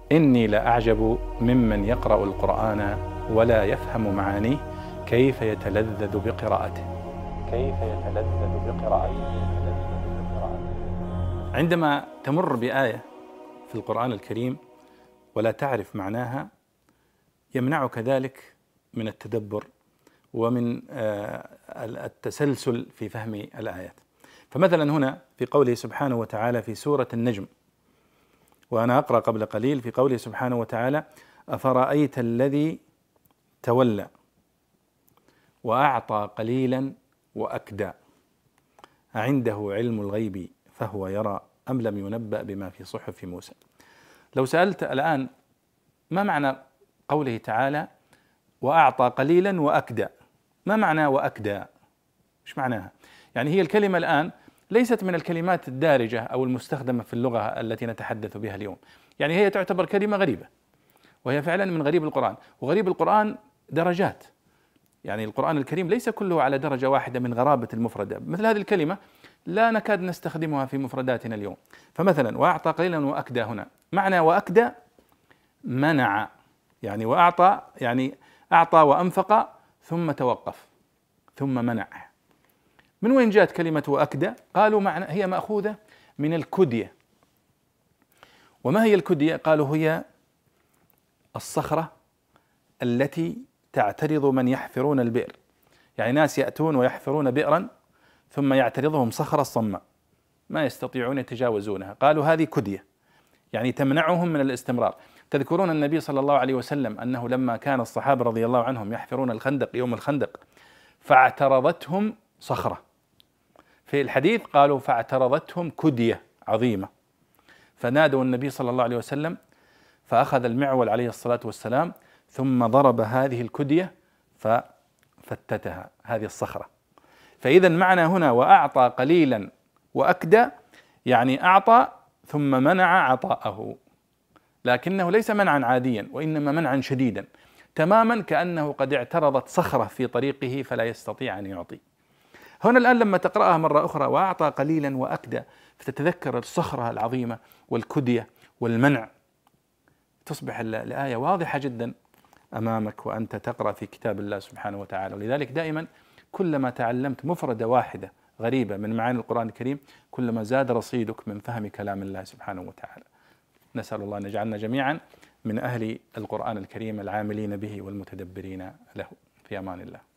إني لأعجب ممن يقرأ القرآن ولا يفهم معانيه كيف يتلذذ بقراءته. عندما تمر بآية في القرآن الكريم ولا تعرف معناها يمنعك ذلك من التدبر ومن التسلسل في فهم الآيات. فمثلا هنا في قوله سبحانه وتعالى في سورة النجم، وأنا أقرأ قبل قليل في قوله سبحانه وتعالى: أفرأيت الذي تولى وأعطى قليلا وأكدى أعنده علم الغيب فهو يرى أم لم ينبأ بما في صحف موسى. لو سألت الآن ما معنى قوله تعالى وأعطى قليلا وأكدى، ما معنى وأكدى؟ إيش معناها؟ يعني هي الكلمة الآن ليست من الكلمات الدارجة أو المستخدمة في اللغة التي نتحدث بها اليوم، يعني هي تعتبر كلمة غريبة، وهي فعلا من غريب القرآن. وغريب القرآن درجات، يعني القرآن الكريم ليس كله على درجة واحدة من غرابة المفردة. مثل هذه الكلمة لا نكاد نستخدمها في مفرداتنا اليوم. فمثلا وأعطى قليلا وأكدى، هنا معنى وأكدى منع، يعني وأعطى يعني أعطى وأنفق ثم توقف ثم منع. من وين جاءت كلمة وأكدى؟ قالوا معنى هي مأخوذة من الكدية. وما هي الكدية؟ قالوا هي الصخرة التي تعترض من يحفرون البئر، يعني ناس يأتون ويحفرون بئرا ثم يعترضهم صخرة صماء ما يستطيعون يتجاوزونها، قالوا هذه كدية، يعني تمنعهم من الاستمرار. تذكرون النبي صلى الله عليه وسلم أنه لما كان الصحابة رضي الله عنهم يحفرون الخندق يوم الخندق فاعترضتهم صخرة، في الحديث قالوا فاعترضتهم كدية عظيمة، فنادوا النبي صلى الله عليه وسلم فأخذ المعول عليه الصلاة والسلام ثم ضرب هذه الكدية ففتتها هذه الصخرة. فإذا معنى هنا وأعطى قليلا وأكدى يعني أعطى ثم منع عطاءه، لكنه ليس منعا عاديا وإنما منعا شديدا، تماما كأنه قد اعترضت صخرة في طريقه فلا يستطيع أن يعطي. هنا الآن لما تقرأها مرة أخرى وأعطى قليلا وأكدى فتتذكر الصخرة العظيمة والكدية والمنع، تصبح الآية واضحة جدا أمامك وأنت تقرأ في كتاب الله سبحانه وتعالى. ولذلك دائما كلما تعلمت مفردة واحدة غريبة من معاني القرآن الكريم كلما زاد رصيدك من فهم كلام الله سبحانه وتعالى. نسأل الله أن يجعلنا جميعا من أهل القرآن الكريم العاملين به والمتدبرين له. في أمان الله.